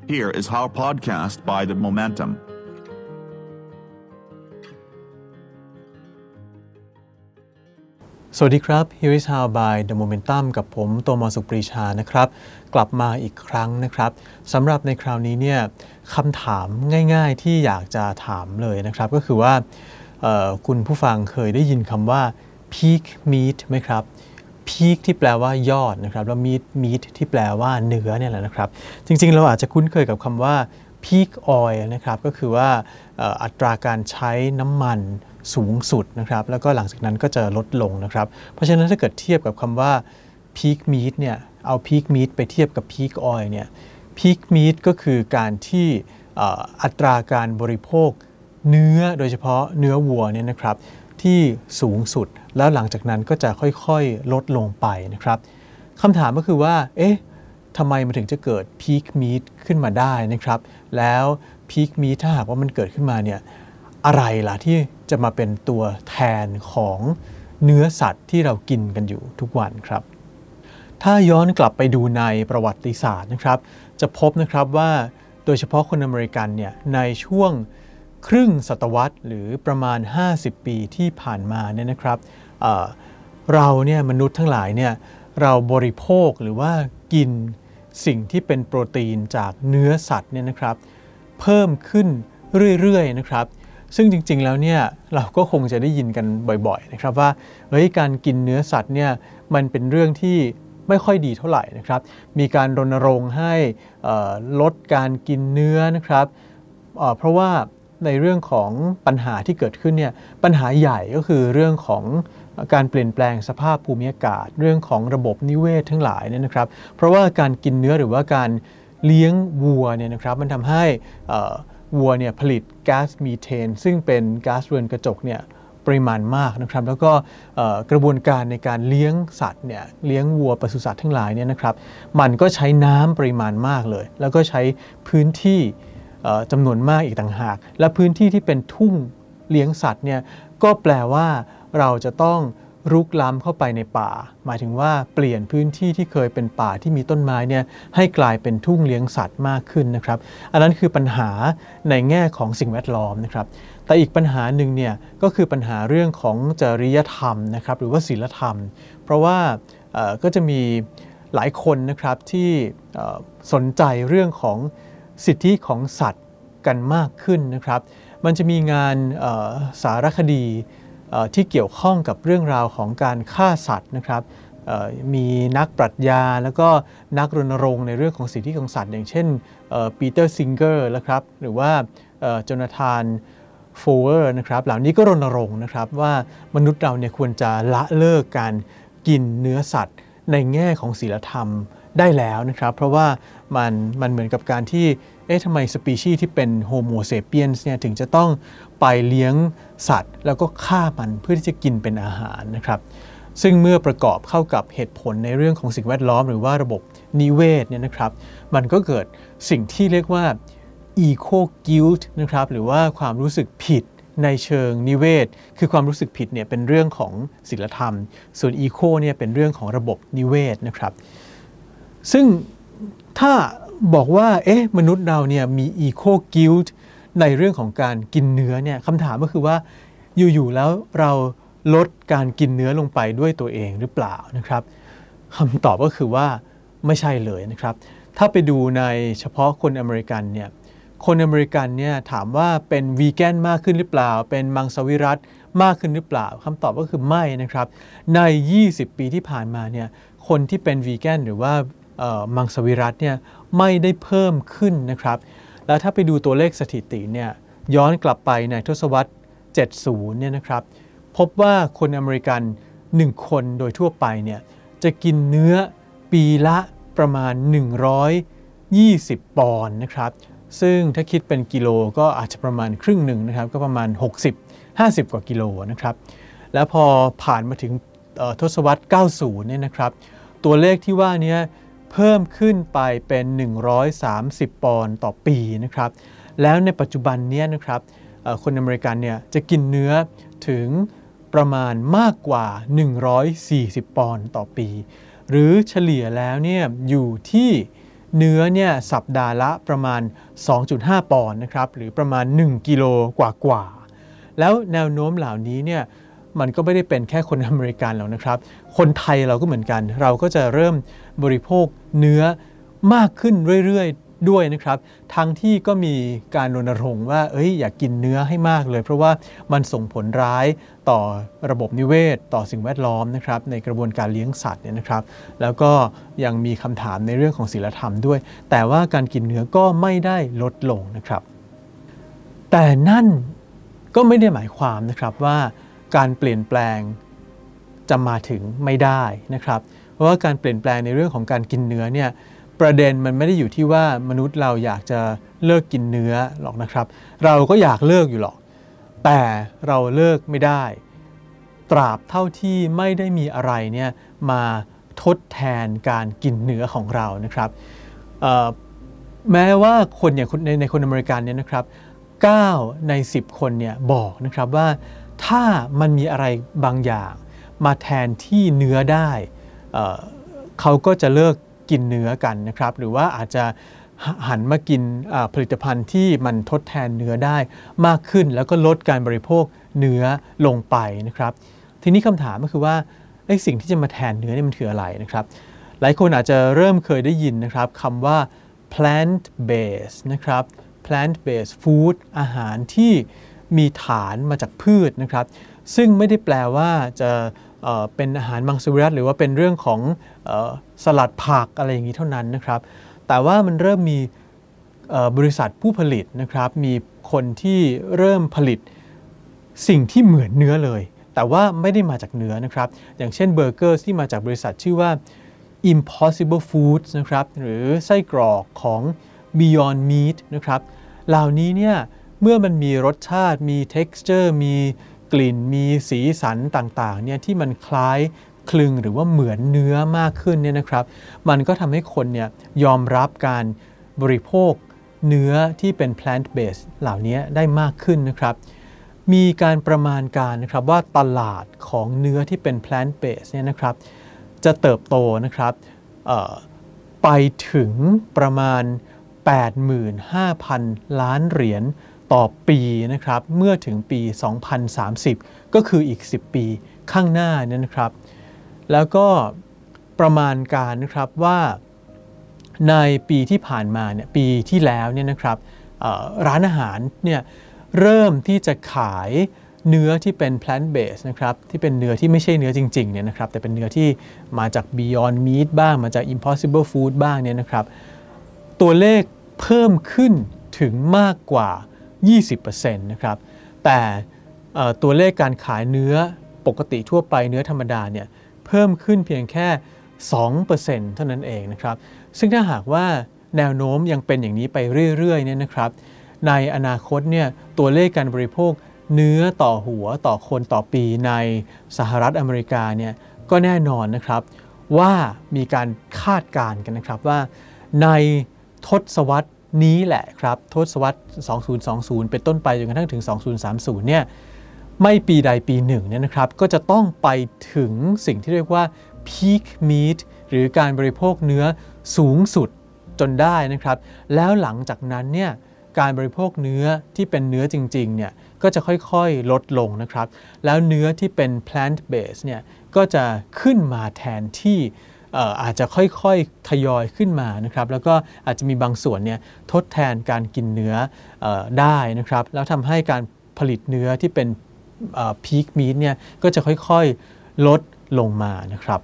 Here is How podcast by The Momentum. สวัสดีครับ Here is How by The Momentum กับผมโตมสุขปรีชานะครับกลับมาอีกครั้งนะครับสำหรับในคราวนี้เนี่ยคำถามง่ายๆที่อยากจะถามเลยนะครับก็คือว่าคุณผู้ฟังเคยได้ยินคำว่า peak meat ไหมครับ peak ที่แปลว่ายอดนะครับแล้ว meat ที่แปลว่าเนื้อเนี่ยแหละนะครับจริงๆเราอาจจะคุ้นเคยกับคำว่า peak oil นะครับก็คือว่าอัตราการใช้น้ำมันสูงสุดนะครับแล้วก็หลังจากนั้นก็จะลดลงนะครับเพราะฉะนั้นถ้าเกิดเทียบกับคำว่า peak meat เนี่ยเอา peak meat ไปเทียบกับ peak oil เนี่ย peak meat ก็คือการที่อัตราการบริโภคเนื้อโดยเฉพาะเนื้อวัวเนี่ยนะครับที่สูงสุดแล้วหลังจากนั้นก็จะค่อยๆลดลงไปนะครับคำถามก็คือว่าทำไมมันถึงจะเกิด peak meat ขึ้นมาได้นะครับแล้ว peak meat ถ้าหากว่ามันเกิดขึ้นมาเนี่ยอะไรล่ะที่จะมาเป็นตัวแทนของเนื้อสัตว์ที่เรากินกันอยู่ทุกวันครับถ้าย้อนกลับไปดูในประวัติศาสตร์นะครับจะพบนะครับว่าโดยเฉพาะคนอเมริกันเนี่ยในช่วงครึ่งศตวรรษหรือประมาณ50ปีที่ผ่านมาเนี่ยนะครับเราเนี่ยมนุษย์ทั้งหลายเนี่ยเราบริโภคหรือว่ากินสิ่งที่เป็นโปรตีนจากเนื้อสัตว์เนี่ยนะครับเพิ่มขึ้นเรื่อยๆนะครับซึ่งจริงๆแล้วเนี่ยเราก็คงจะได้ยินกันบ่อยๆนะครับว่าการกินเนื้อสัตว์เนี่ยมันเป็นเรื่องที่ไม่ค่อยดีเท่าไหร่นะครับมีการรณรงค์ให้ลดการกินเนื้อนะครับเพราะว่าในเรื่องของปัญหาที่เกิดขึ้นเนี่ยปัญหาใหญ่ก็คือเรื่องของการเปลี่ยนแปลงสภาพภูมิอากาศเรื่องของระบบนิเวศทั้งหลายเนี่ยนะครับเพราะว่าการกินเนื้อหรือว่าการเลี้ยงวัวเนี่ยนะครับมันทำให้วัวเนี่ยผลิตก๊าซมีเทนซึ่งเป็นก๊าซเรือนกระจกเนี่ยปริมาณมากนะครับแล้วก็กระบวนการในการเลี้ยงสัตว์เนี่ยเลี้ยงวัวปศุสัตว์ทั้งหลายเนี่ยนะครับมันก็ใช้น้ำปริมาณมากเลยแล้วก็ใช้พื้นที่จำนวนมากอีกต่างหากและพื้นที่ที่เป็นทุ่งเลี้ยงสัตว์เนี่ยก็แปลว่าเราจะต้องรุกล้ำเข้าไปในป่าหมายถึงว่าเปลี่ยนพื้นที่ที่เคยเป็นป่าที่มีต้นไม้เนี่ยให้กลายเป็นทุ่งเลี้ยงสัตว์มากขึ้นนะครับอันนั้นคือปัญหาในแง่ของสิ่งแวดล้อมนะครับแต่อีกปัญหาหนึ่งเนี่ยก็คือปัญหาเรื่องของจริยธรรมนะครับหรือว่าศีลธรรมเพราะว่าก็จะมีหลายคนนะครับที่สนใจเรื่องของสิทธิของสัตว์กันมากขึ้นนะครับมันจะมีงานสารคดีที่เกี่ยวข้องกับเรื่องราวของการฆ่าสัตว์นะครับมีนักปรัชญาแล้วก็นักรณรงค์ในเรื่องของสิทธิของสัตว์อย่างเช่นปีเตอร์ซิงเกอร์นะครับหรือว่าโจนาธานโฟเวอร์นะครับเหล่านี้ก็รณรงค์นะครับว่ามนุษย์เราเนี่ยควรจะละเลิกการกินเนื้อสัตว์ในแง่ของศีลธรรมได้แล้วนะครับเพราะว่ามันเหมือนกับการที่ทำไมสปีชีส์ที่เป็นโฮโมเซเปียนส์เนี่ยถึงจะต้องไปเลี้ยงสัตว์แล้วก็ฆ่ามันเพื่อที่จะกินเป็นอาหารนะครับซึ่งเมื่อประกอบเข้ากับเหตุผลในเรื่องของสิ่งแวดล้อมหรือว่าระบบนิเวศเนี่ยนะครับมันก็เกิดสิ่งที่เรียกว่า eco guilt นะครับหรือว่าความรู้สึกผิดในเชิงนิเวศคือความรู้สึกผิดเนี่ยเป็นเรื่องของศีลธรรมส่วน eco เนี่ยเป็นเรื่องของระบบนิเวศนะครับซึ่งถ้าบอกว่ามนุษย์เราเนี่ยมี eco guilt ในเรื่องของการกินเนื้อเนี่ยคำถามก็คือว่าอยู่ๆแล้วเราลดการกินเนื้อลงไปด้วยตัวเองหรือเปล่านะครับคำตอบก็คือว่าไม่ใช่เลยนะครับถ้าไปดูในเฉพาะคนอเมริกันเนี่ยคนอเมริกันเนี่ยถามว่าเป็นวีแกนมากขึ้นหรือเปล่าเป็นมังสวิรัติมากขึ้นหรือเปล่าคำตอบก็คือไม่นะครับใน20ปีที่ผ่านมาเนี่ยคนที่เป็นวีแกนหรือว่ามังสวิรัติเนี่ยไม่ได้เพิ่มขึ้นนะครับแล้วถ้าไปดูตัวเลขสถิติเนี่ยย้อนกลับไปในทศวรรษ70เนี่ยนะครับพบว่าคนอเมริกัน1คนโดยทั่วไปเนี่ยจะกินเนื้อปีละประมาณ120ปอนด์นะครับซึ่งถ้าคิดเป็นกิโลก็อาจจะประมาณครึ่งหนึ่งนะครับก็ประมาณ50 กว่ากิโลนะครับแล้วพอผ่านมาถึงทศวรรษ90เนี่ยนะครับตัวเลขที่ว่านี้เพิ่มขึ้นไปเป็น130ปอนด์ต่อปีนะครับแล้วในปัจจุบันนี้นะครับคนอเมริกันเนี่ยจะกินเนื้อถึงประมาณมากกว่า140ปอนด์ต่อปีหรือเฉลี่ยแล้วเนี่ยอยู่ที่เนื้อเนี่ยสัปดาห์ละประมาณ 2.5 ปอนด์นะครับหรือประมาณ1กิโลกว่าแล้วแนวโน้มเหล่านี้เนี่ยมันก็ไม่ได้เป็นแค่คนอเมริกันหรอกนะครับคนไทยเราก็เหมือนกันเราก็จะเริ่มบริโภคเนื้อมากขึ้นเรื่อยๆด้วยนะครับทั้งที่ก็มีการรณรงค์ว่าอย่ากินเนื้อให้มากเลยเพราะว่ามันส่งผลร้ายต่อระบบนิเวศต่อสิ่งแวดล้อมนะครับในกระบวนการเลี้ยงสัตว์เนี่ยนะครับแล้วก็ยังมีคำถามในเรื่องของศีลธรรมด้วยแต่ว่าการกินเนื้อก็ไม่ได้ลดลงนะครับแต่นั่นก็ไม่ได้หมายความนะครับว่าการเปลี่ยนแปลงจะมาถึงไม่ได้นะครับเพราะว่าการเปลี่ยนแปลงในเรื่องของการกินเนื้อเนี่ยประเด็นมันไม่ได้อยู่ที่ว่ามนุษย์เราอยากจะเลิกกินเนื้อหรอกนะครับเราก็อยากเลิกอยู่หรอกแต่เราเลิกไม่ได้ตราบเท่าที่ไม่ได้มีอะไรเนี่ยมาทดแทนการกินเนื้อของเรานะครับแม้ว่าคนอย่างในคนอเมริกันเนี่ยนะครับ9 ใน 10 คนเนี่ยบอกนะครับว่าถ้ามันมีอะไรบางอย่างมาแทนที่เนื้อได้เขาก็จะเลิกกินเนื้อกันนะครับหรือว่าอาจจะหันมากินผลิตภัณฑ์ที่มันทดแทนเนื้อได้มากขึ้นแล้วก็ลดการบริโภคเนื้อลงไปนะครับทีนี้คำถามก็คือว่าสิ่งที่จะมาแทนเนื้อนี่มันคืออะไรนะครับหลายคนอาจจะเริ่มเคยได้ยินนะครับคำว่า plant based นะครับ plant based food อาหารที่มีฐานมาจากพืชนะครับซึ่งไม่ได้แปลว่าจะเป็นอาหารมังสวิรัติหรือว่าเป็นเรื่องของสลัดผักอะไรอย่างนี้เท่านั้นนะครับแต่ว่ามันเริ่มมีบริษัทผู้ผลิตนะครับมีคนที่เริ่มผลิตสิ่งที่เหมือนเนื้อเลยแต่ว่าไม่ได้มาจากเนื้อนะครับอย่างเช่นเบอร์เกอร์ที่มาจากบริษัทชื่อว่า Impossible Foods นะครับหรือไส้กรอกของ Beyond Meat นะครับเหล่านี้เนี่ยเมื่อมันมีรสชาติมี texture มีกลิ่นมีสีสันต่างๆเนี่ยที่มันคล้ายคลึงหรือว่าเหมือนเนื้อมากขึ้นเนี่ยนะครับมันก็ทำให้คนเนี่ยยอมรับการบริโภคเนื้อที่เป็น plant based เหล่านี้ได้มากขึ้นนะครับมีการประมาณการนะครับว่าตลาดของเนื้อที่เป็น plant based เนี่ยนะครับจะเติบโตนะครับไปถึงประมาณ 85,000 ล้านเหรียญต่อปีนะครับเมื่อถึงปี 2030 ก็คืออีก 10 ปีข้างหน้าเนี่ยนะครับแล้วก็ประมาณการนะครับว่าในปีที่ผ่านมาเนี่ยปีที่แล้วเนี่ยนะครับร้านอาหารเนี่ยเริ่มที่จะขายเนื้อที่เป็น plant based นะครับที่เป็นเนื้อที่ไม่ใช่เนื้อจริงๆเนี่ยนะครับแต่เป็นเนื้อที่มาจาก Beyond Meat บ้างมาจาก Impossible Food บ้างเนี่ยนะครับตัวเลขเพิ่มขึ้นถึงมากกว่า 20% นะครับแต่ตัวเลขการขายเนื้อปกติทั่วไปเนื้อธรรมดาเนี่ยเพิ่มขึ้นเพียงแค่ 2% เท่านั้นเองนะครับซึ่งถ้าหากว่าแนวโน้มยังเป็นอย่างนี้ไปเรื่อยๆเนี่ยนะครับในอนาคตเนี่ยตัวเลขการบริโภคเนื้อต่อหัวต่อคนต่อปีในสหรัฐอเมริกาเนี่ยก็แน่นอนนะครับว่ามีการคาดการณ์กันนะครับว่าในทศวรรษนี้แหละครับทศวรรษ 2020 เป็นต้นไปจนกระทั่งถึง 2030 เนี่ยไม่ปีใดปีหนึ่งเนี่ยนะครับก็จะต้องไปถึงสิ่งที่เรียกว่า peak meat หรือการบริโภคเนื้อสูงสุดจนได้นะครับแล้วหลังจากนั้นเนี่ยการบริโภคเนื้อที่เป็นเนื้อจริงๆเนี่ยก็จะค่อยๆลดลงนะครับแล้วเนื้อที่เป็น plant based เนี่ยก็จะขึ้นมาแทนที่อาจจะค่อยๆทยอยขึ้นมานะครับแล้วก็อาจจะมีบางส่วนเนี่ยทดแทนการกินเนื้อได้นะครับแล้วทำให้การผลิตเนื้อที่เป็นpeak meat เนี่ยก็จะค่อยๆลดลงมานะครับ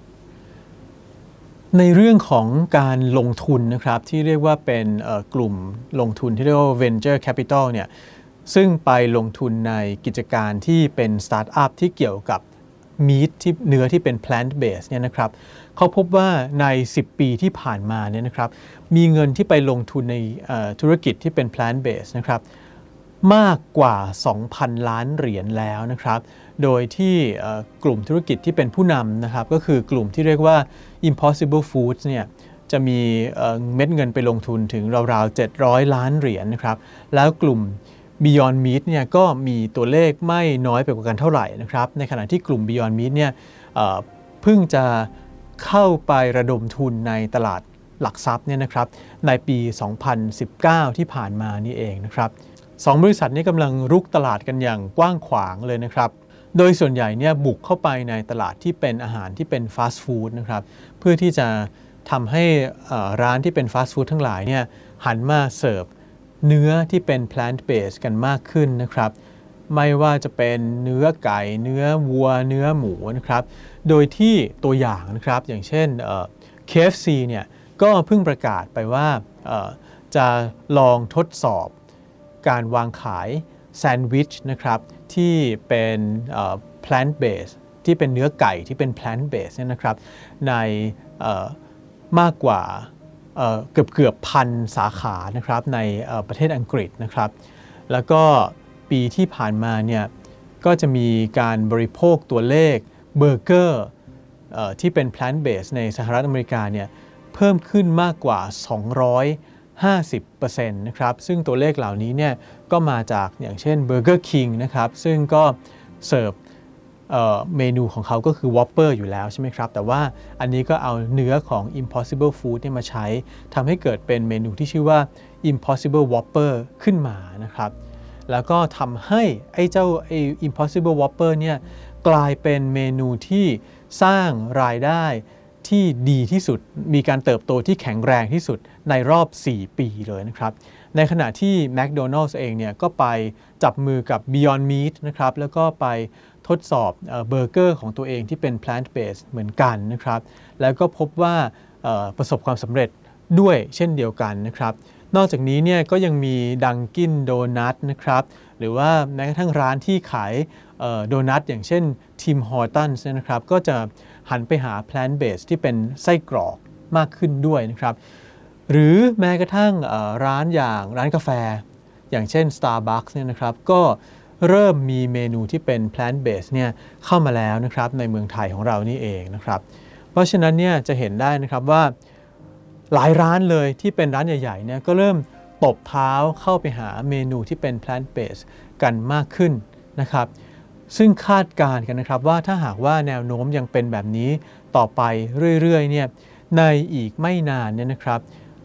ในเรื่องของการลงทุนนะครับที่เรียกว่าเป็นกลุ่มลงทุนที่เรียกว่า venture capital เนี่ยซึ่งไปลงทุนในกิจการที่เป็นสตาร์ทอัพที่เกี่ยวกับmeat ที่เนื้อที่เป็น plant based เนี่ยนะครับเขาพบว่าใน10 ปีที่ผ่านมาเนี่ยนะครับมีเงินที่ไปลงทุนในธุรกิจที่เป็น plant based นะครับมากกว่า 2,000 ล้านเหรียญแล้วนะครับโดยที่กลุ่มธุรกิจที่เป็นผู้นำนะครับก็คือกลุ่มที่เรียกว่า Impossible Foods เนี่ยจะมีเม็ดเงินไปลงทุนถึงราวๆ700 ล้านเหรียญนะครับแล้วกลุ่ม Beyond Meat เนี่ยก็มีตัวเลขไม่น้อยไปกว่ากันเท่าไหร่นะครับในขณะที่กลุ่ม Beyond Meat เนี่ยเพิ่งจะเข้าไประดมทุนในตลาดหลักทรัพย์เนี่ยนะครับในปี 2019 ที่ผ่านมานี่เองนะครับ2 บริษัทนี้กำลังรุกตลาดกันอย่างกว้างขวางเลยนะครับโดยส่วนใหญ่เนี่ยบุกเข้าไปในตลาดที่เป็นอาหารที่เป็นฟาสต์ฟู้ดนะครับเพื่อที่จะทำให้ร้านที่เป็นฟาสต์ฟู้ดทั้งหลายเนี่ยหันมาเสิร์ฟเนื้อที่เป็น plant based กันมากขึ้นนะครับไม่ว่าจะเป็นเนื้อไก่เนื้อวัวเนื้อหมูนะครับโดยที่ตัวอย่างนะครับอย่างเช่นKFC เนี่ยก็เพิ่งประกาศไปว่าจะลองทดสอบการวางขายแซนด์วิชนะครับที่เป็น plant based ที่เป็นเนื้อไก่ที่เป็น plant based เนี่ยนะครับในมากกว่าเกือบพันสาขานะครับในประเทศอังกฤษนะครับแล้วก็ปีที่ผ่านมาเนี่ยก็จะมีการบริโภคตัวเลขเบอร์เกอร์ที่เป็น plant based ในสหรัฐอเมริกาเนี่ยเพิ่มขึ้นมากกว่า 250% นะครับซึ่งตัวเลขเหล่านี้เนี่ยก็มาจากอย่างเช่น Burger King นะครับซึ่งก็เสิร์ฟเมนูของเขาก็คือ Whopper อยู่แล้วใช่ไหมครับแต่ว่าอันนี้ก็เอาเนื้อของ Impossible Food เนี่ยมาใช้ทำให้เกิดเป็นเมนูที่ชื่อว่า Impossible Whopper ขึ้นมานะครับแล้วก็ทำให้เจ้า Impossible Whopper เนี่ยกลายเป็นเมนูที่สร้างรายได้ที่ดีที่สุดมีการเติบโตที่แข็งแรงที่สุดในรอบ 4 ปีเลยนะครับในขณะที่ McDonald's เองเนี่ยก็ไปจับมือกับ Beyond Meat นะครับแล้วก็ไปทดสอบเบอร์เกอร์ของตัวเองที่เป็น plant based เหมือนกันนะครับแล้วก็พบว่าประสบความสำเร็จด้วยเช่นเดียวกันนะครับนอกจากนี้เนี่ยก็ยังมี Dunkin' Donut นะครับหรือว่าแม้กระทั่งร้านที่ขายโดนัทอย่างเช่น Tim Hortons นะครับก็จะหันไปหา plant based ที่เป็นไส้กรอกมากขึ้นด้วยนะครับหรือแม้กระทั่งร้านกาแฟอย่างเช่น Starbucks เนี่ยนะครับก็เริ่มมีเมนูที่เป็น plant based เนี่ยเข้ามาแล้วนะครับในเมืองไทยของเรานี่เองนะครับเพราะฉะนั้นเนี่ยจะเห็นได้นะครับว่าหลายร้านเลยที่เป็นร้านใหญ่ๆเนี่ยก็เริ่มตบเท้าเข้าไปหาเมนูที่เป็น plant based กันมากขึ้นนะครับซึ่งคาดการณ์กันนะครับว่าถ้าหากว่าแนวโน้มยังเป็นแบบนี้ต่อไปเรื่อยๆเนี่ยในอีกไม่นานเนี่ยนะครับ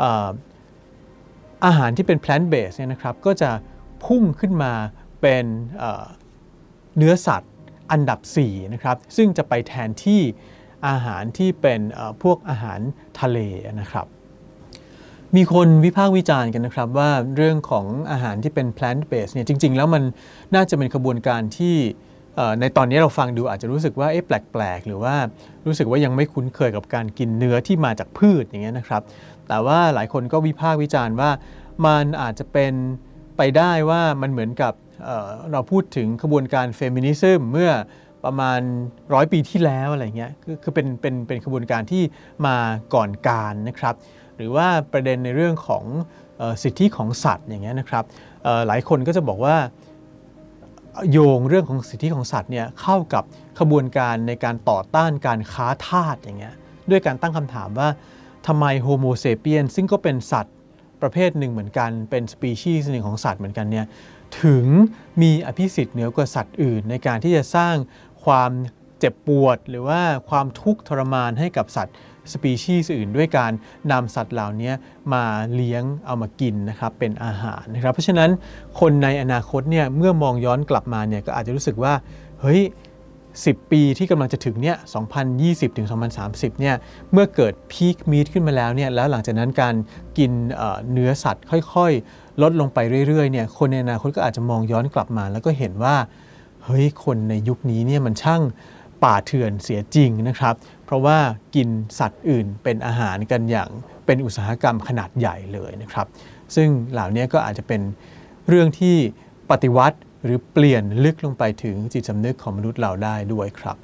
อาหารที่เป็น plant based เนี่ยนะครับก็จะพุ่งขึ้นมาเป็นเนื้อสัตว์อันดับ4นะครับซึ่งจะไปแทนที่อาหารที่เป็นพวกอาหารทะเลนะครับมีคนวิพากษ์วิจารณ์กันนะครับว่าเรื่องของอาหารที่เป็น plant based เนี่ยจริงๆแล้วมันน่าจะเป็นกระบวนการที่ในตอนนี้เราฟังดูอาจจะรู้สึกว่าแปลกๆหรือว่ารู้สึกว่ายังไม่คุ้นเคยกับการกินเนื้อที่มาจากพืชอย่างเงี้ยนะครับแต่ว่าหลายคนก็วิพากษ์วิจารณ์ว่ามันอาจจะเป็นไปได้ว่ามันเหมือนกับเราพูดถึงกระบวนการเฟมินิซึมเมื่อประมาณ100 ปีที่แล้วอะไรเงี้ยคือเป็นกระบวนการที่มาก่อนการนะครับหรือว่าประเด็นในเรื่องของสิทธิของสัตว์อย่างเงี้ยนะครับหลายคนก็จะบอกว่าโยงเรื่องของสิทธิของสัตว์เนี่ยเข้ากับขบวนการในการต่อต้านการค้าทาสอย่างเงี้ยด้วยการตั้งคำถามว่าทำไมโฮโมเซเปียนซึ่งก็เป็นสัตว์ประเภทหนึ่งเหมือนกันเป็นสปีชีส์หนึ่งของสัตว์เหมือนกันเนี่ยถึงมีอภิสิทธิ์เหนือกว่าสัตว์อื่นในการที่จะสร้างความเจ็บปวดหรือว่าความทุกข์ทรมานให้กับสัตว์สปีชีส์อื่นด้วยการนำสัตว์เหล่านี้มาเลี้ยงเอามากินนะครับเป็นอาหารนะครับเพราะฉะนั้นคนในอนาคตเนี่ยเมื่อมองย้อนกลับมาเนี่ยก็อาจจะรู้สึกว่าเฮ้ย10 ปีที่กำลังจะถึงเนี่ย2020 ถึง 2030 เนี่ยเมื่อเกิดพีคมีทขึ้นมาแล้วเนี่ยแล้วหลังจากนั้นการกินเนื้อสัตว์ค่อยๆลดลงไปเรื่อยๆเนี่ยคนในอนาคตก็อาจจะมองย้อนกลับมาแล้วก็เห็นว่าเฮ้ยคนในยุคนี้เนี่ยมันช่างป่าเถื่อนเสียจริงนะครับเพราะว่ากินสัตว์อื่นเป็นอาหารกันอย่างเป็นอุตสาหกรรมขนาดใหญ่เลยนะครับซึ่งเหล่านี้ก็อาจจะเป็นเรื่องที่ปฏิวัติหรือเปลี่ยนลึกลงไปถึงจิตสำนึกของมนุษย์เราได้ด้วยครับ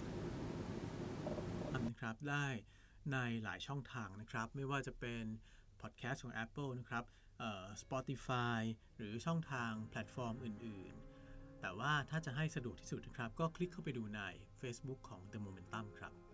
นะครับได้ในหลายช่องทางนะครับไม่ว่าจะเป็นพอดแคสต์ของ Apple นะครับSpotify หรือช่องทางแพลตฟอร์มอื่นๆแต่ว่าถ้าจะให้สะดวกที่สุดนะครับก็คลิกเข้าไปดูใน Facebook ของ The Momentum ครับ